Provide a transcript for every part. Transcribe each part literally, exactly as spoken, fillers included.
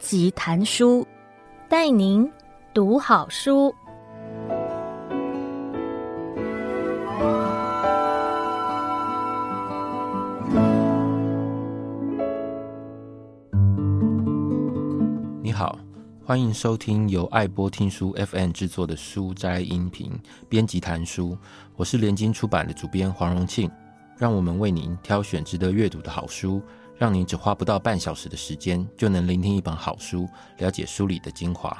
辑谈书，带您读好书。 你好，欢迎收听由爱播听书 F M 制作的书斋音频编辑谈书，我是联经出版的主编黄荣庆，让我们为您挑选值得阅读的好书，让您只花不到半小时的时间就能聆听一本好书，了解书里的精华。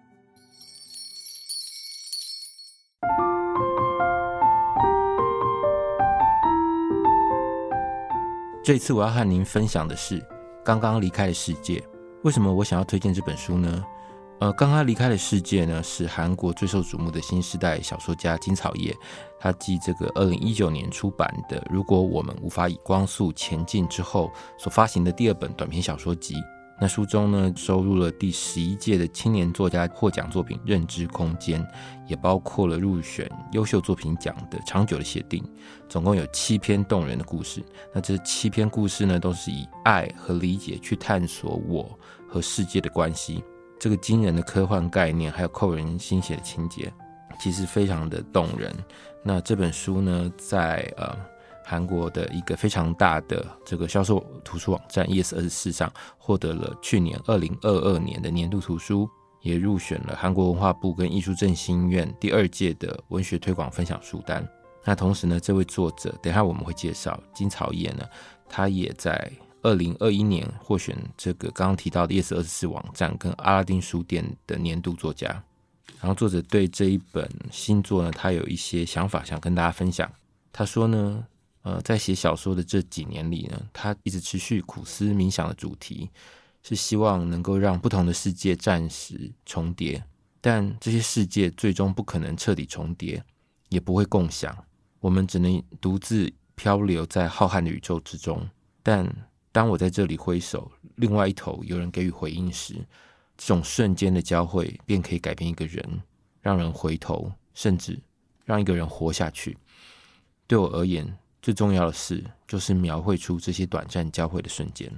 这一次我要和您分享的是刚刚离开的世界。为什么我想要推荐这本书呢？呃，刚刚离开的世界呢，是韩国最受瞩目的新时代小说家金草叶，他继这个二零一九年出版的《如果我们无法以光速前进》之后所发行的第二本短篇小说集。那书中呢，收录了第十一届的青年作家获奖作品《认知空间》，也包括了入选优秀作品奖的《长久的协定》，总共有七篇动人的故事。那这七篇故事呢，都是以爱和理解去探索我和世界的关系。这个惊人的科幻概念，还有扣人心弦的情节，其实非常的动人。那这本书呢，在呃韩国的一个非常大的这个销售图书网站 E S 二十四 上获得了去年二零二二年的年度图书，也入选了韩国文化部跟艺术振兴院第二届的文学推广分享书单。那同时呢，这位作者等一下我们会介绍金草叶呢，他也在二零二一年获选这个刚刚提到的 E S 二十四 网站跟阿拉丁书店的年度作家。然后作者对这一本新作呢，他有一些想法想跟大家分享。他说呢呃，在写小说的这几年里呢，他一直持续苦思冥想的主题是希望能够让不同的世界暂时重叠，但这些世界最终不可能彻底重叠，也不会共享，我们只能独自漂流在浩瀚的宇宙之中。但当我在这里挥手，另外一头有人给予回应时，这种瞬间的交汇便可以改变一个人，让人回头，甚至让一个人活下去。对我而言，最重要的事就是描绘出这些短暂交汇的瞬间。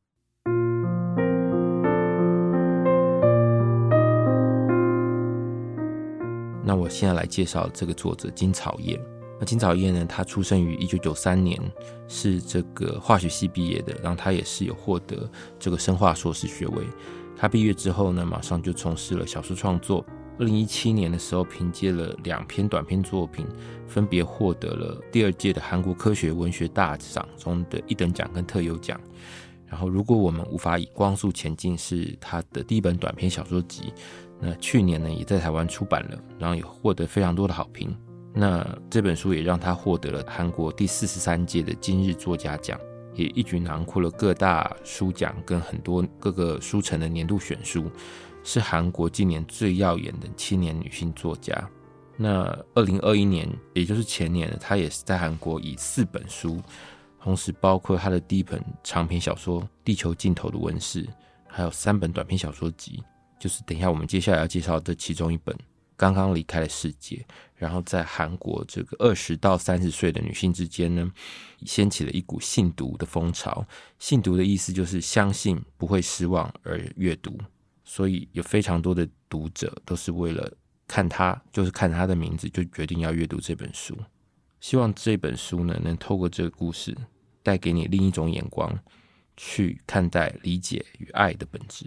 那我现在来介绍这个作者金草叶。那金草叶呢，他出生于一九九三年，是这个化学系毕业的，然后他也是有获得这个生化硕士学位。他毕业之后呢，马上就从事了小说创作。二零一七年的时候，凭借了两篇短篇作品，分别获得了第二届的韩国科学文学大赏中的一等奖跟特优奖。然后如果我们无法以光速前进是他的第一本短篇小说集，那去年呢也在台湾出版了，然后也获得非常多的好评。那这本书也让他获得了韩国第四十三届的今日作家奖，也一举囊括了各大书奖跟很多各个书城的年度选书，是韩国今年最耀眼的青年女性作家。那二零二一年，也就是前年，她也是在韩国以四本书，同时包括她的第一本长篇小说《地球尽头的温室》，还有三本短篇小说集，就是等一下我们接下来要介绍的其中一本《刚刚离开了世界》。然后在韩国这个二十到三十岁的女性之间呢，掀起了一股信读的风潮。信读的意思就是相信不会失望而阅读，所以有非常多的读者都是为了看他，就是看他的名字就决定要阅读这本书。希望这本书呢，能透过这个故事带给你另一种眼光，去看待理解与爱的本质。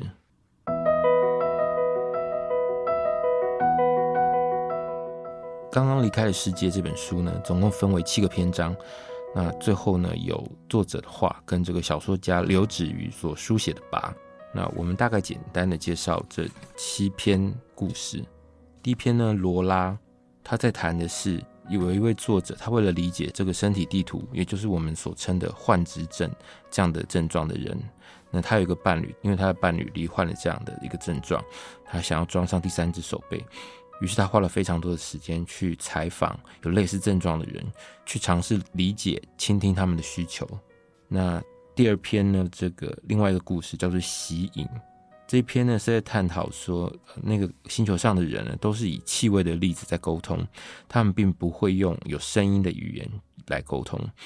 刚刚离开的世界这本书呢，总共分为七个篇章。那最后呢，有作者的话跟这个小说家刘子瑜所书写的跋。那我们大概简单的介绍这七篇故事。第一篇呢，罗拉，他在谈的是有一位作者，他为了理解这个身体地图，也就是我们所称的幻肢症这样的症状的人，那他有一个伴侣，因为他的伴侣罹患了这样的一个症状，他想要装上第三只手背，于是他花了非常多的时间去采访有类似症状的人，去尝试理解倾听他们的需求。那第二篇呢，这个另外一个故事叫做吸引。这一篇呢是在探讨说、呃、那个星球上的人呢都是以气味的粒子在沟通，他们并不会用有声音的语言来沟通。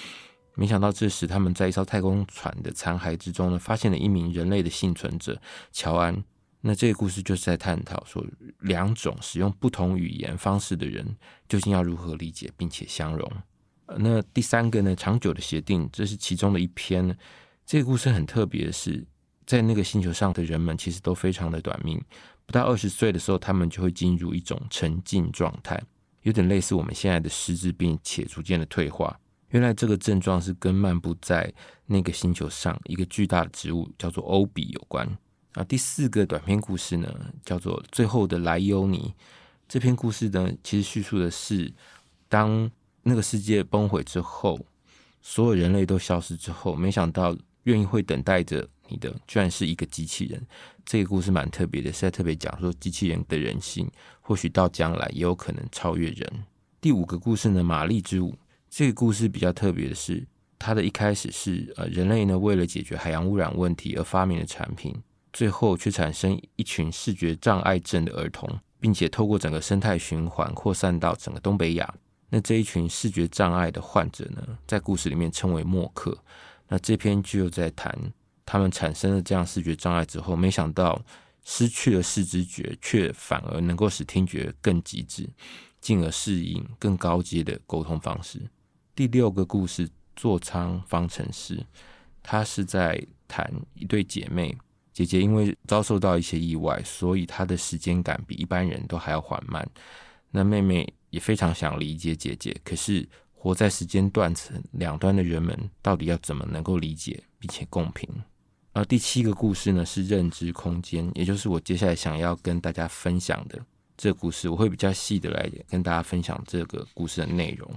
没想到这时他们在一艘太空船的残骸之中呢，发现了一名人类的幸存者乔安。那这个故事就是在探讨说，两种使用不同语言方式的人究竟要如何理解并且相容。那第三个呢，长久的协定，这是其中的一篇。这个故事很特别的是，在那个星球上的人们其实都非常的短命，不到二十岁的时候，他们就会进入一种沉浸状态，有点类似我们现在的失智，并且逐渐的退化。原来这个症状是跟漫步在那个星球上一个巨大的植物叫做欧比有关。啊，第四个短篇故事呢，叫做《最后的莱尤尼》。这篇故事呢，其实叙述的是，当那个世界崩毁之后，所有人类都消失之后，没想到愿意会等待着你的，居然是一个机器人。这个故事蛮特别的，是在特别讲说机器人的人性，或许到将来也有可能超越人。第五个故事呢，玛丽之舞。这个故事比较特别的是，它的一开始是呃人类呢为了解决海洋污染问题而发明的产品，最后却产生一群视觉障碍症的儿童，并且透过整个生态循环扩散到整个东北亚。那这一群视觉障碍的患者呢，在故事里面称为默克。那这篇就在谈他们产生了这样视觉障碍之后，没想到失去了视知觉，却反而能够使听觉更极致，进而适应更高阶的沟通方式。第六个故事，座舱方程式，它是在谈一对姐妹，姐姐因为遭受到一些意外，所以她的时间感比一般人都还要缓慢。那妹妹也非常想理解姐姐，可是活在时间断层两端的人们，到底要怎么能够理解并且共平？而第七个故事呢，是认知空间，也就是我接下来想要跟大家分享的这个故事。我会比较细的来跟大家分享这个故事的内容。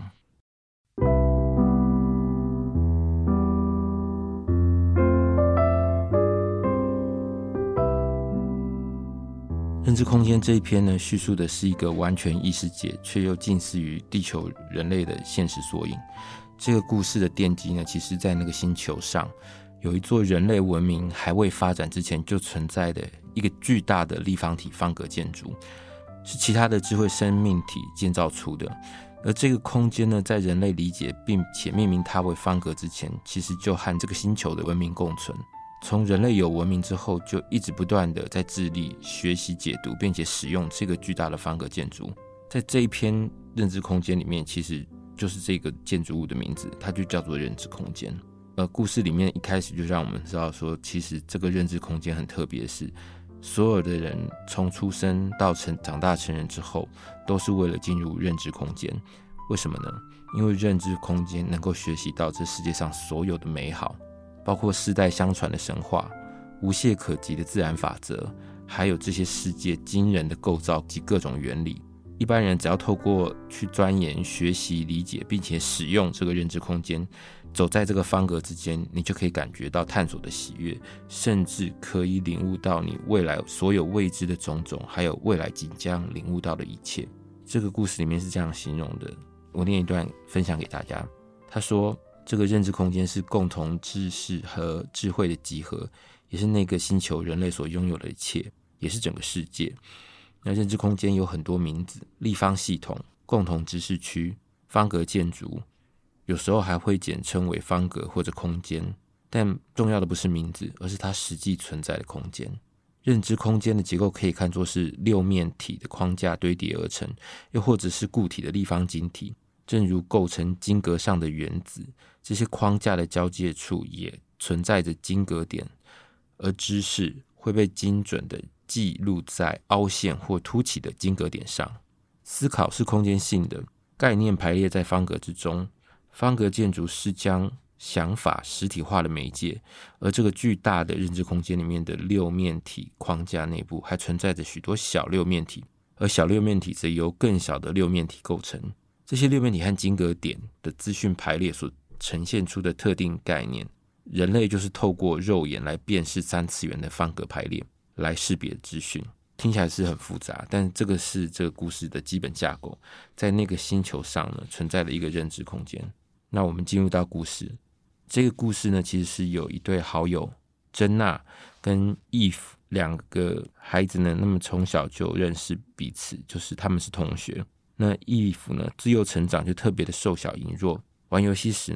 认知空间这一篇呢，叙述的是一个完全异世界，却又近似于地球人类的现实缩影。这个故事的奠基呢，其实在那个星球上有一座人类文明还未发展之前就存在的一个巨大的立方体方格建筑，是其他的智慧生命体建造出的。而这个空间呢，在人类理解并且命名它为方格之前，其实就和这个星球的文明共存。从人类有文明之后，就一直不断的在致力学习解读并且使用这个巨大的方格建筑。在这一篇认知空间里面，其实就是这个建筑物的名字，它就叫做认知空间。而故事里面一开始就让我们知道说，其实这个认知空间很特别的是，所有的人从出生到成长大成人之后，都是为了进入认知空间。为什么呢？因为认知空间能够学习到这世界上所有的美好，包括世代相传的神话、无懈可击的自然法则，还有这些世界惊人的构造及各种原理。一般人只要透过去钻研、学习、理解并且使用这个认知空间，走在这个方格之间，你就可以感觉到探索的喜悦，甚至可以领悟到你未来所有未知的种种，还有未来即将领悟到的一切。这个故事里面是这样形容的，我念一段分享给大家。他说，这个认知空间是共同知识和智慧的集合，也是那个星球人类所拥有的一切，也是整个世界。那认知空间有很多名字，立方系统、共同知识区、方格建筑，有时候还会简称为方格或者空间。但重要的不是名字，而是它实际存在的空间。认知空间的结构可以看作是六面体的框架堆叠而成，又或者是固体的立方晶体，正如构成晶格上的原子，这些框架的交界处也存在着晶格点，而知识会被精准的记录在凹陷或凸起的晶格点上。思考是空间性的，概念排列在方格之中，方格建筑是将想法实体化的媒介，而这个巨大的认知空间里面的六面体框架内部还存在着许多小六面体，而小六面体则由更小的六面体构成。这些六面体和晶格点的资讯排列所呈现出的特定概念，人类就是透过肉眼来辨识三次元的方格排列来识别资讯。听起来是很复杂，但这个是这个故事的基本架构。在那个星球上呢，存在了一个认知空间。那我们进入到故事。这个故事呢，其实是有一对好友珍娜跟 Eve 两个孩子呢，那么从小就认识彼此，就是他们是同学。那 Eve 呢，自幼成长就特别的瘦小羸弱，玩游戏时呢，Eve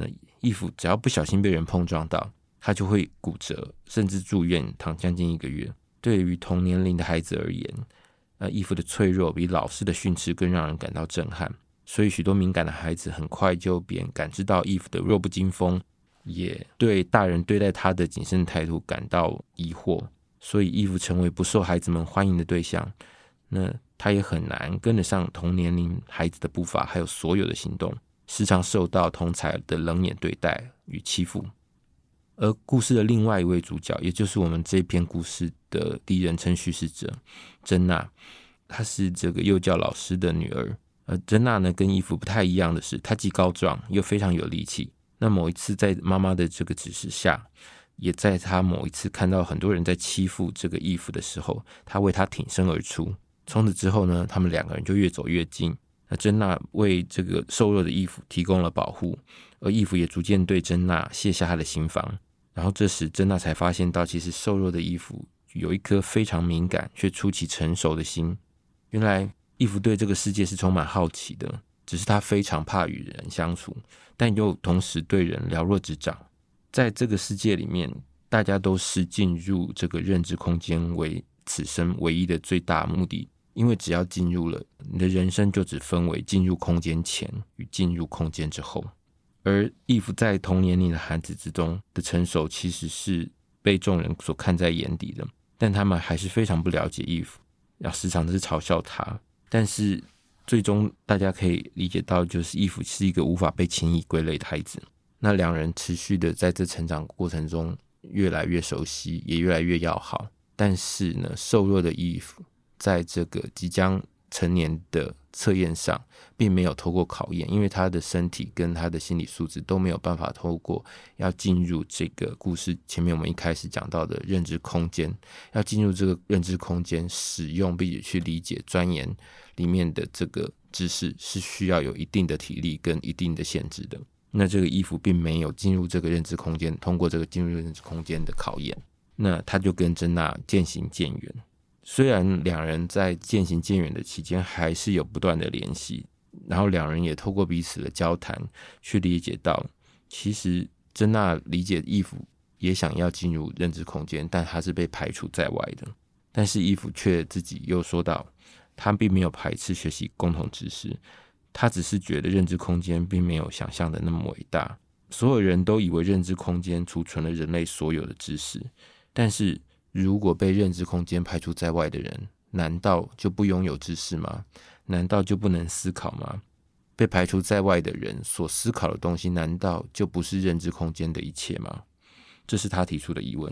义父只要不小心被人碰撞到，他就会骨折，甚至住院躺将近一个月。对于同年龄的孩子而言，呃，义父的脆弱比老师的训斥更让人感到震撼，所以许多敏感的孩子很快就便感知到义父的弱不禁风，也对大人对待他的谨慎态度感到疑惑，所以义父成为不受孩子们欢迎的对象。那他也很难跟得上同年龄孩子的步伐，还有所有的行动，时常受到同侪的冷眼对待与欺负。而故事的另外一位主角，也就是我们这篇故事的第一人称叙事者珍娜，她是这个幼教老师的女儿。而珍娜呢，跟义父不太一样的是，她既高壮又非常有力气。那某一次在妈妈的这个指示下，也在她某一次看到很多人在欺负这个义父的时候，她为他挺身而出。从此之后呢，他们两个人就越走越近。那珍娜为这个瘦弱的义父提供了保护，而义父也逐渐对珍娜卸下他的心防。然后这时珍娜才发现到，其实瘦弱的义父有一颗非常敏感却出奇成熟的心。原来义父对这个世界是充满好奇的，只是他非常怕与人相处，但又同时对人了若指掌。在这个世界里面，大家都是进入这个认知空间为此生唯一的最大目的，因为只要进入了，你的人生就只分为进入空间前与进入空间之后。而义父在同年龄的孩子之中的成熟，其实是被众人所看在眼底的，但他们还是非常不了解义父，要时常的是嘲笑他。但是最终大家可以理解到，就是义父是一个无法被轻易归类的孩子。那两人持续的在这成长过程中越来越熟悉，也越来越要好。但是呢，瘦弱的义父在这个即将成年的测验上并没有透过考验，因为他的身体跟他的心理素质都没有办法透过要进入这个故事前面我们一开始讲到的认知空间，要进入这个认知空间使用并且去理解钻研里面的这个知识，是需要有一定的体力跟一定的限制的。那这个义父并没有进入这个认知空间，通过这个进入认知空间的考验，那他就跟珍娜渐行渐远。虽然两人在渐行渐远的期间还是有不断的联系，然后两人也透过彼此的交谈去理解到，其实珍娜理解义父也想要进入认知空间，但他是被排除在外的。但是义父却自己又说到，他并没有排斥学习共同知识，他只是觉得认知空间并没有想象的那么伟大。所有人都以为认知空间储存了人类所有的知识，但是如果被认知空间排除在外的人，难道就不拥有知识吗？难道就不能思考吗？被排除在外的人所思考的东西，难道就不是认知空间的一切吗？这是他提出的疑问。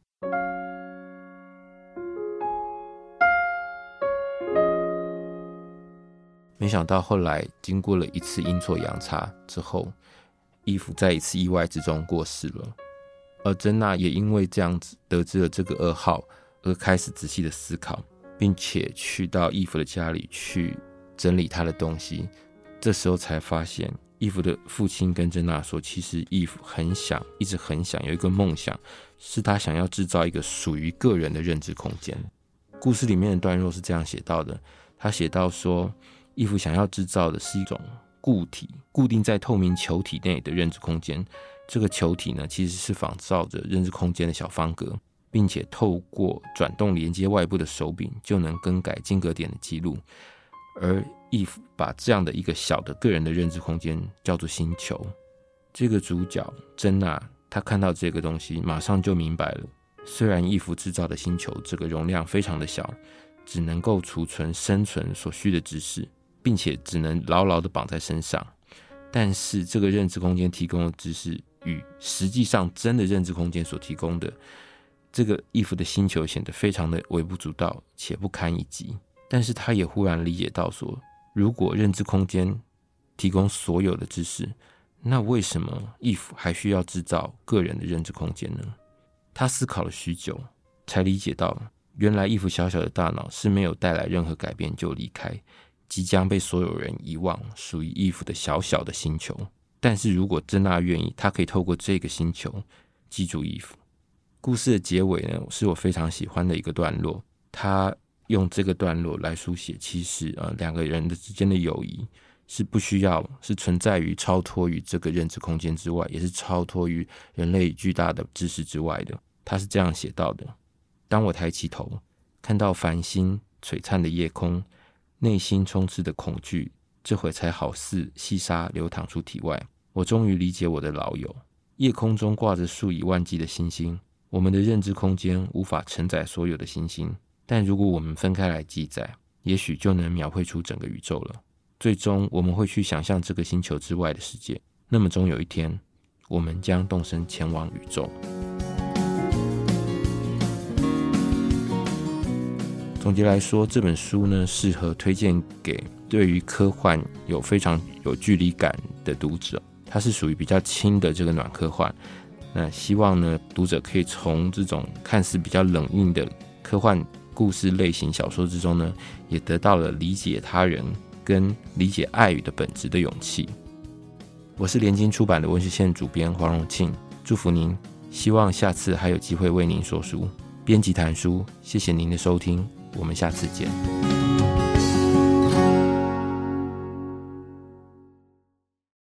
没想到后来经过了一次阴错阳差之后，义父在一次意外之中过世了。而珍娜也因为这样子得知了这个噩耗，而开始仔细的思考，并且去到义父的家里去整理他的东西。这时候才发现，义父的父亲跟珍娜说，其实义父很想，一直很想有一个梦想，是他想要制造一个属于个人的认知空间。故事里面的段落是这样写到的，他写到说，义父想要制造的是一种固体，固定在透明球体内的认知空间。这个球体呢，其实是仿照着认知空间的小方格，并且透过转动连接外部的手柄，就能更改间隔点的记录。而义父把这样的一个小的个人的认知空间叫做星球。这个主角珍娜，她看到这个东西，马上就明白了。虽然义父制造的星球这个容量非常的小，只能够储存生存所需的知识，并且只能牢牢的绑在身上，但是这个认知空间提供的知识与实际上真的认知空间所提供的这个义父的星球显得非常的微不足道且不堪一击。但是他也忽然理解到说，如果认知空间提供所有的知识，那为什么义父还需要制造个人的认知空间呢？他思考了许久，才理解到原来义父小小的大脑是没有带来任何改变就离开，即将被所有人遗忘，属于义父的小小的星球。但是如果珍娜愿意，他可以透过这个星球记住义父。故事的结尾呢，是我非常喜欢的一个段落，他用这个段落来书写，其实呃两个人的之间的友谊是不需要，是存在于超脱于这个认知空间之外，也是超脱于人类巨大的知识之外的。他是这样写到的：当我抬起头，看到繁星璀璨的夜空，内心充斥的恐惧，这会才好似细沙流淌出体外。我终于理解我的老友，夜空中挂着数以万计的星星，我们的认知空间无法承载所有的星星，但如果我们分开来记载，也许就能描绘出整个宇宙了。最终我们会去想象这个星球之外的世界，那么终有一天，我们将动身前往宇宙。总结来说，这本书呢，适合推荐给对于科幻有非常有距离感的读者，它是属于比较轻的这个暖科幻。那希望呢，读者可以从这种看似比较冷硬的科幻故事类型小说之中呢，也得到了理解他人跟理解爱语的本质的勇气。我是联经出版的文学线主编黄荣庆，祝福您，希望下次还有机会为您说书。编辑谈书，谢谢您的收听，我们下次见。